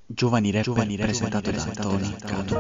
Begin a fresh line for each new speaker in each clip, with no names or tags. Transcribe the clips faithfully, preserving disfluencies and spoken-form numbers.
Giovani rapper, Giovani presentato da Tony Cado.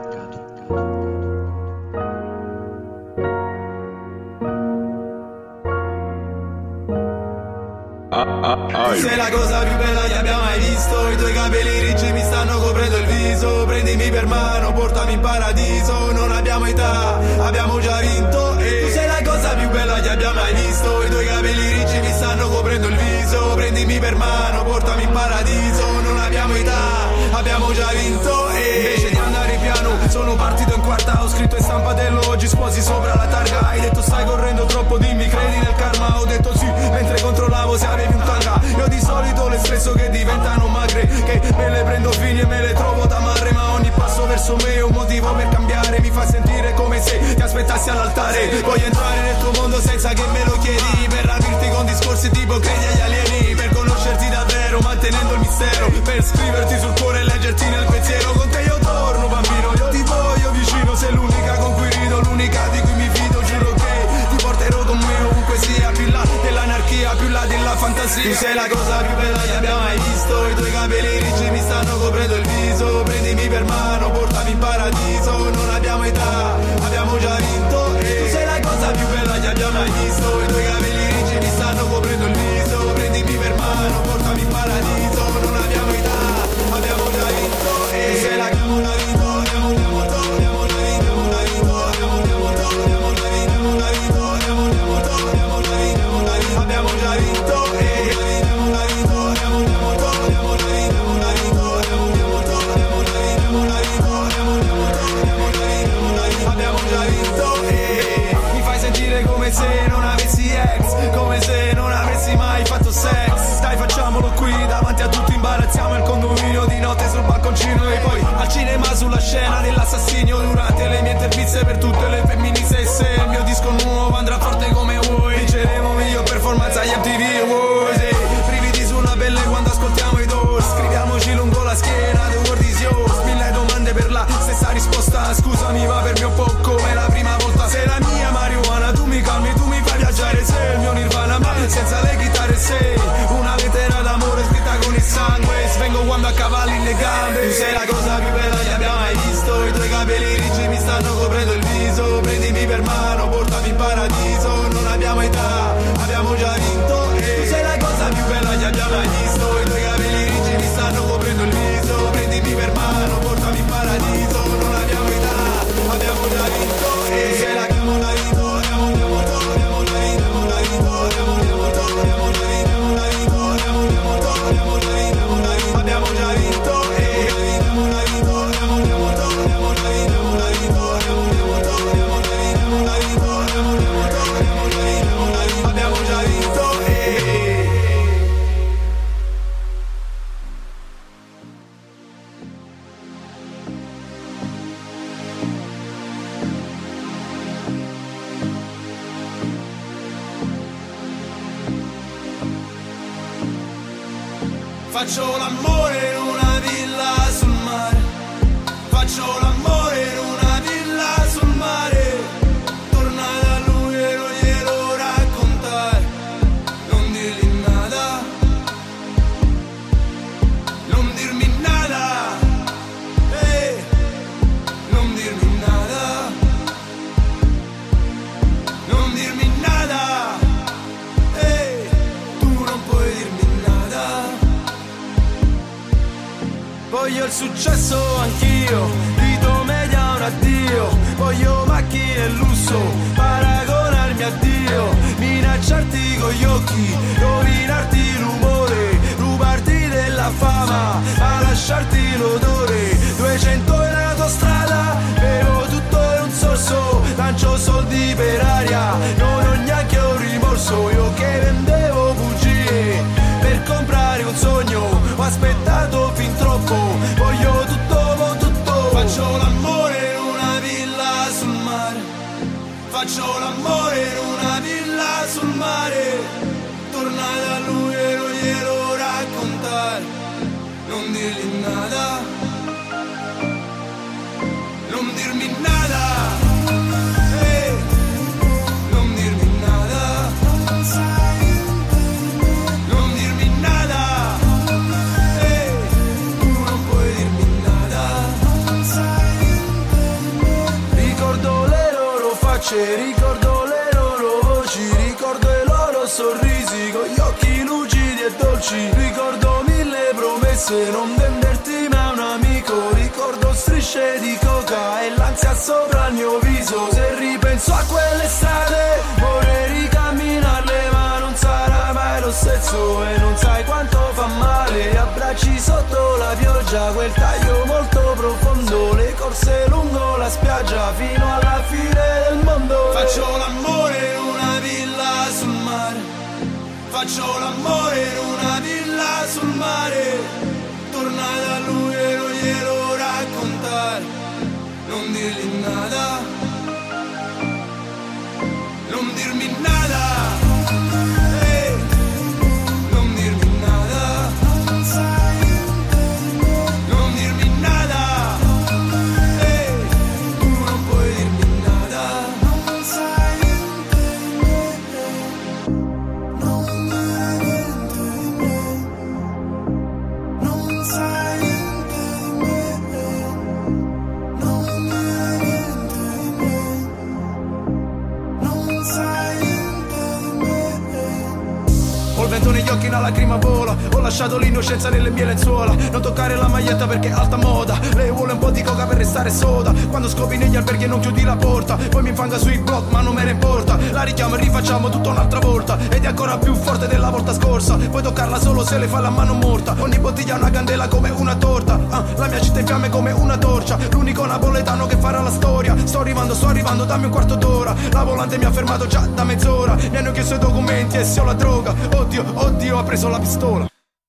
Sei la cosa più bella che abbia mai visto. I tuoi capelli ricci mi stanno coprendo il viso. Prendimi per mano, portami in paradiso. Non abbiamo età, abbiamo già vinto. E tu sei la cosa più bella che abbia mai visto. I tuoi capelli ricci mi stanno coprendo il viso. Prendimi per mano, portami in paradiso. Non abbiamo età, abbiamo già vinto. E invece di andare piano sono partito in quarta. Ho scritto in stampatello, oggi sposi sopra la targa. Hai detto stai correndo troppo, dimmi credi nel karma. Ho detto sì, mentre controllavo se avevi un tanga. Io di solito le stresso che diventano magre, che me le prendo fini e me le trovo tamarre. Ma ogni passo verso me è un motivo per cambiare. Mi fa sentire come se ti aspettassi all'altare. Voglio entrare nel tuo mondo senza che me lo chiedi, per rapirti con discorsi tipo credi agli alieni, per conoscerti davvero mantenendo il mistero, per scriverti sul cuore e leggerti nel pensiero. Con te io torno bambino, io ti voglio vicino. Sei l'unica con cui rido, l'unica di cui mi fido. Giuro che ti porterò con me ovunque sia, più là dell'anarchia, più là della fantasia. Tu sei la cosa più bella che abbia mai visto. I tuoi capelli ricci mi stanno coprendo il viso. Prendimi per mano, portami in paradiso. Non abbiamo età, abbiamo già vinto. E tu sei la cosa più bella che abbia mai visto. I tuoi capelli ricci mi stanno coprendo il viso. Prendimi per mano, portami in paradiso. Non abbiamo età, abbiamo già vinto. E tu sei la abbiamo già vinto. Abbiamo già vinto, abbiamo già vinto, abbiamo già vinto, abbiamo già vinto, abbiamo già vinto, abbiamo già vinto, abbiamo già vinto, abbiamo già vinto, abbiamo già vinto. Come se non avessi ex, come se non avessi mai fatto sex. Dai facciamolo qui, davanti a tutti imbarazziamo il condominio di notte sul balconcino. E poi al cinema sulla scena dell'assassinio, durante le mie interviste per tutte le femministe. E se il mio disco nuovo andrà forte come vuoi, vinceremo meglio performance agli M T V Awards. E brividi sulla pelle quando ascoltiamo i Doors. Scriviamoci lungo la schiena, the world is yours. Mille domande per la stessa risposta. Scusami ma per me un po' come la prima volta. Sei la mia marijuana, tu mi calmi, tu mi fai viaggiare. Sei il mio nirvana ma senza le chitarre. Sei una lettera d'amore scritta con il sangue. Svengo quando a cavalli le gambe. Tu sei la cosa più bella che abbia mai visto. I tuoi capelli ricci mi stanno coprendo il viso. Prendimi per mano, portami in paradiso. Non abbiamo età, abbiamo già vinto. E tu sei la cosa più bella che abbia mai visto. I tuoi capelli ricci mi stanno coprendo il viso. Prendimi per mano, portami in paradiso. Non abbiamo età, abbiamo già vinto. E tu sei la abbiamo già vinto. Faccio l'amore in una villa sul mare. Faccio l'amore in una villa sul mare. Torna da lui e non glielo raccontare. Non dirgli nada. Non dirmi nada. Hey. Non dirmi nada. Non dirmi nada. Hey. Tu non puoi dirmi nada. Voglio il successo anch'io, Vito Media un addio. Voglio macchine e lusso, paragonarmi a Dio. Minacciarti con gli occhi, rovinarti l'umore. Rubarti della fama, ma lasciarti l'odore. duecento in autostrada, bevo tutto in un sorso. Lancio soldi per aria, non ho neanche un rimorso. Io che vendevo bugie per comprare un sogno, ho aspettato fin troppo, voglio tutto con tutto. Faccio l'amore in una villa sul mare. Faccio l'amore in una villa sul mare. Torna da lui e non glielo raccontare. Non dirgli nada. Non dirmi nada. Hey. Non dirmi nada. Non dirmi nada. Hey. Tu non puoi se non venderti ma un amico. Ricordo strisce di coca e l'ansia sopra il mio viso. Se ripenso a quelle strade vorrei ricamminarle, ma non sarà mai lo stesso e non sai quanto fa male. Abbracci sotto la pioggia, quel taglio molto profondo, le corse lungo la spiaggia fino alla fine del mondo. Faccio l'amore in una villa sul mare, faccio l'amore in una villa sul mare. Torna da lui e non glielo raccontare, non dirgli nada, non dirmi nada. Negli occhi una lacrima vola, ho lasciato l'innocenza nelle mie lenzuola. Non toccare la maglietta perché è alta moda, lei vuole un po' di coca per restare soda. Quando scopi negli alberghi e non chiudi la porta, poi mi infanga sui blog ma non me ne importa. La richiamo e rifacciamo tutto un'altra volta, ed è ancora più forte della volta scorsa. Puoi toccarla solo se le fa la mano morta. Ogni bottiglia è una candela come una torta, ah, la mia città in fiamme come una torcia. L'unico napoletano che farà la storia. Sto arrivando, sto arrivando, dammi un quarto d'ora. La volante mi ha fermato già da mezz'ora. Mi hanno chiesto i documenti e se ho la droga. Oddio, oddio, ha preso la pistola.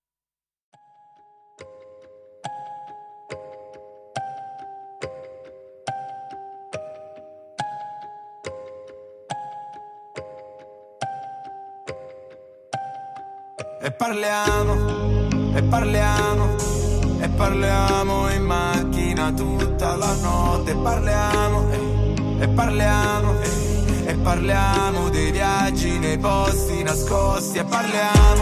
E parliamo, e parliamo, e parliamo in macchina tutta la notte. E parliamo, e, e parliamo, e, e parliamo dei viaggi nei posti nascosti. E parliamo,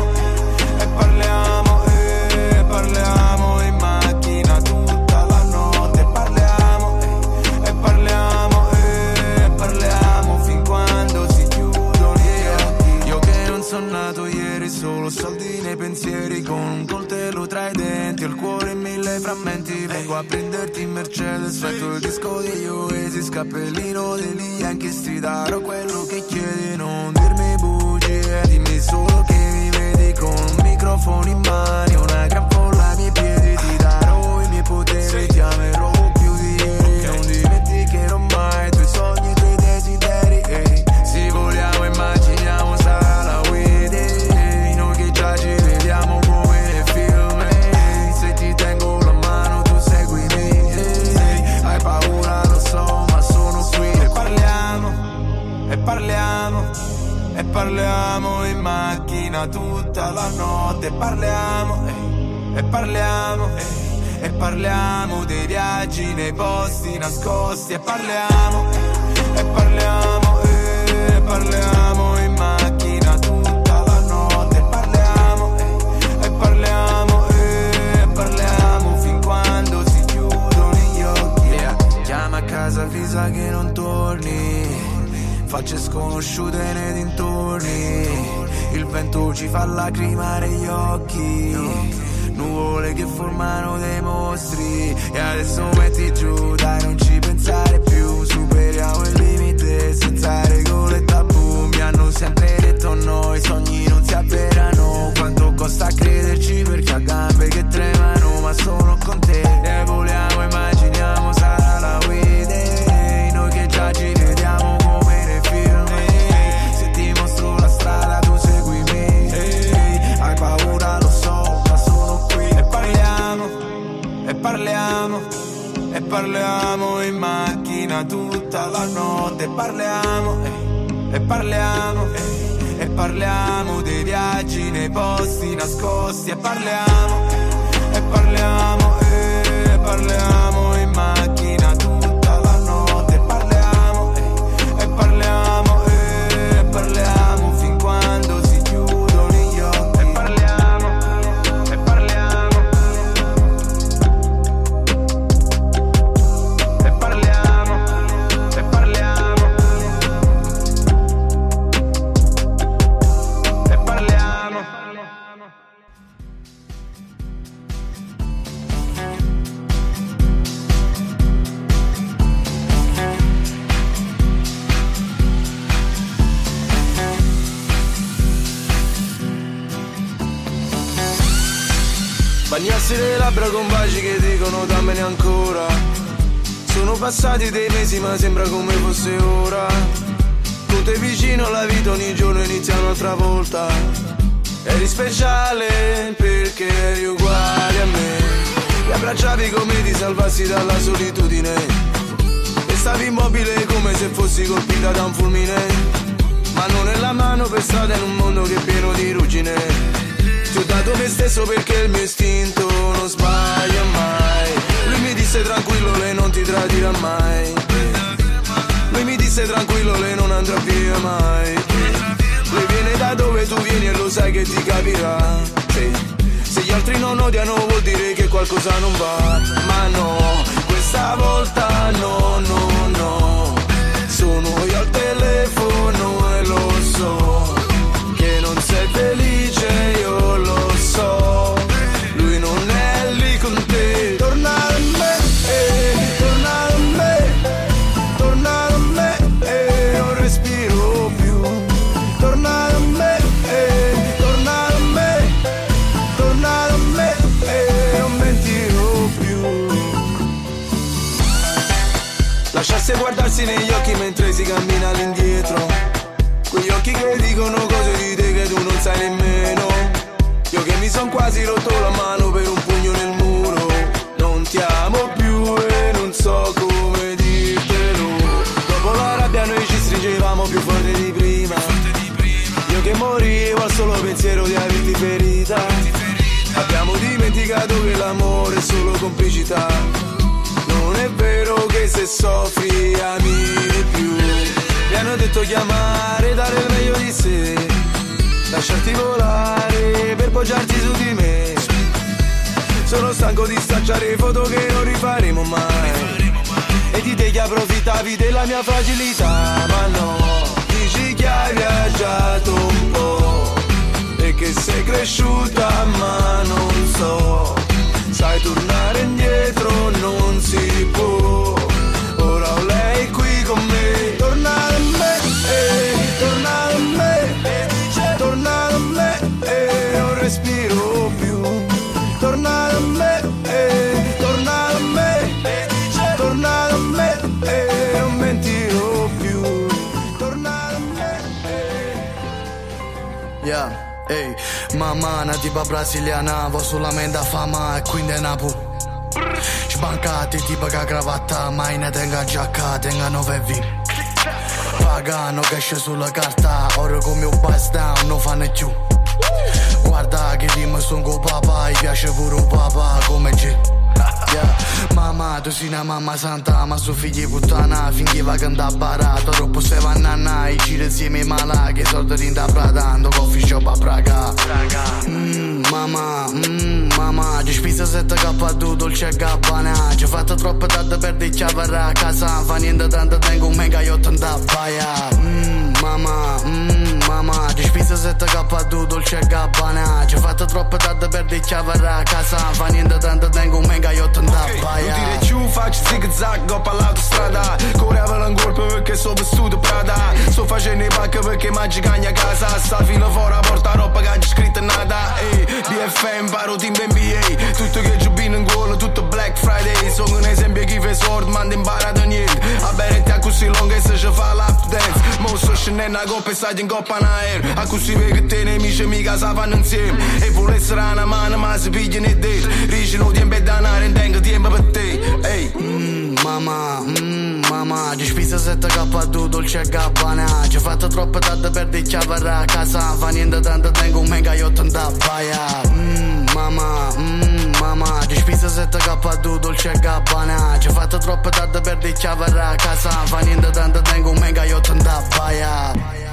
e parliamo, e parliamo in macchina tutta la notte. E parliamo, e, e parliamo, e parliamo fin quando si chiudono gli occhi. Io che non sono nato ieri, solo soldi nei pensieri, con un coltello tra i denti, il cuore in mille frammenti. Vengo a prenderti in Mercedes, metto il disco degli Oasis, cappellino degli Yankee, stridaro quello che chiedi, non dirmi bugie, dimmi solo che mi vedi con un microfono in mani, una gran folla ai miei piedi, ti darò i miei poteri, ti amerò più di ieri, non dimenticherò mai i tuoi sogni e i tuoi desideri, ehi. Se vogliamo immaginiamo sarà la wedding, noi che già ci vediamo come nei film, ehi. Se ti tengo la mano tu seguimi, ehi. Hai paura lo so ma sono qui. E parliamo, e parliamo, e parliamo in macchina tutta la notte. E parliamo, e, e parliamo, e, e parliamo dei viaggi nei posti nascosti. E parliamo, e parliamo, e parliamo in macchina tutta la notte. E parliamo, e, e parliamo, e parliamo fin quando si chiudono gli occhi. Yeah. Chiama a casa avvisa che non torni, facce sconosciute nei dintorni, il vento ci fa lacrimare gli occhi, nuvole che formano dei mostri. E adesso metti giù, dai non ci pensare più, superiamo il limite senza regole e tabù. Mi hanno sempre detto no, i sogni non si avverano, quanto costa crederci perché ha gambe che tremano, ma sono con te e vogliamo, immaginiamo sarà la wedding, noi che già ci vediamo come nei film, hey. Se ti mostro la strada tu seguimi, hey. Hai paura lo so ma sono qui. E parliamo, e parliamo, e parliamo in macchina tutta la notte. E parliamo, e, e parliamo, e, e parliamo dei viaggi nei posti nascosti. E parliamo, e parliamo, e parliamo in macchina tutta la notte. E parliamo, e, e parliamo, e parliamo fin quando si chiudono gli occhi. E parliamo, e parliamo, e parliamo, e parliamo, e parliamo. Stringersi le labbra con baci che dicono dammene ancora. Sono passati dei mesi ma sembra come fosse ora. Con te vicino la vita ogni giorno inizia un'altra volta. Eri speciale perché eri uguale a me. Mi abbracciavi come ti salvassi dalla solitudine e stavi immobile come se fossi colpita da un fulmine. Mano nella mano per strada in un mondo che è pieno di ruggine. Ti ho dato me stesso perché il mio istinto non sbaglia mai. Lui mi disse tranquillo, lei non ti tradirà mai. Lui mi disse tranquillo, lei non andrà via mai. Lei viene da dove tu vieni e lo sai che ti capirà. Sì. Se gli altri non odiano vuol dire che qualcosa non va. Ma no, questa volta no, no, no. Sono io al telefono e lo so che non sei felice, io lo so. Lui non è lì con te. Torna a me, eh, torna a me, torna a me, eh, non respiro più. Torna a me, eh, torna a me, torna a me, eh, non mentirò più. Lasciarsi guardarsi negli occhi mentre si cammina all'indietro. Quegli occhi che dicono cose di te che tu non sai nemmeno. Io che mi son quasi rotto la mano per un pugno nel muro. Non ti amo più e non so come dirtelo. Dopo la rabbia noi ci stringevamo più forte di prima. Io che morivo al solo pensiero di averti ferita. Abbiamo dimenticato che l'amore è solo complicità. Non è vero che se soffri ami di più. Mi hanno detto chiamare, dare il meglio di sé, lasciarti volare per poggiarti su di me. Sono stanco di stacciare foto che non rifaremo mai. E di te che approfittavi della mia fragilità. Ma no, dici che hai viaggiato un po' e che sei cresciuta ma non so. Sai tornare indietro non si può. Ora ho lei qui con me. Torna a me, eh, torna a me, torna a me, eh, non respiro più. Torna a me, eh, torna a me, torna a me, eh, non mentirò più. Torna a me, eh.
Yeah, ehi, hey, mamma, una tipa brasiliana, vo solamente a fama e quindi è napu. Sbancati tipo che cravatta, mai ne tenga giacca, tenga nove V. Pagano che esce sulla carta, ora come un pass down non fanno più. Guarda che dimmi sono con papà, gli piace pure un papà come G. Yeah. Mamma, tu sei una mamma santa, ma suo figlio puttana, finché va che andà barato, troppo se va a nanna, i giri insieme mala, che soldi rinda pratando, coffee shop a Praga. Mmm, mamma, mmm, mamma, ci spisa sette K tu, dolce e gabbana, ci fatto troppo tardi per di chiavere a casa, fa niente tanto tengo un mega yacht da baia. Mmm, mamma, mmm, mamma, ci spisa sette K tu, dolce e gabbana, ci fatto troppo tardi per di chiavere a casa, fa niente tanto tengo un mega yacht da baia.
Non dire giù, faccio zig zag, ho all'autostrada. Correvo in colpo perché sono vestito Prada. Sto facendo i pacchi perché mangi cagna a casa. Sta fila fuori a porta roba che c'è scritto nada. Ehi, B F M, paro team N B A. Tutto che giubino in golo, tutto Black Friday. Sono un esempio chi fa sordo, ma non imparato niente. A beretti a così lunga e se ci fa lap dance. Mo sto scendendo a coppa e stai in coppa in aereo. A così vedi che te nemici mica si fanno insieme. E volessero una mano ma si pigliano i denti. Ricino tempo e danaro e tengo tempo per te. Ehi,
mmm, mamma, mmm, mamma, ci spisa sette K tu, dolce e gabbana, ci fatto troppo tardi per di chiavere a casa, fa niente tanto tengo un mega yacht da baia. Mmm, mamma, mmm, mamma, ci spisa sette K tu, dolce e gabbana, ci fatto troppo tardi per di chiavere a casa, fa niente tanto tengo un mega yacht da baia.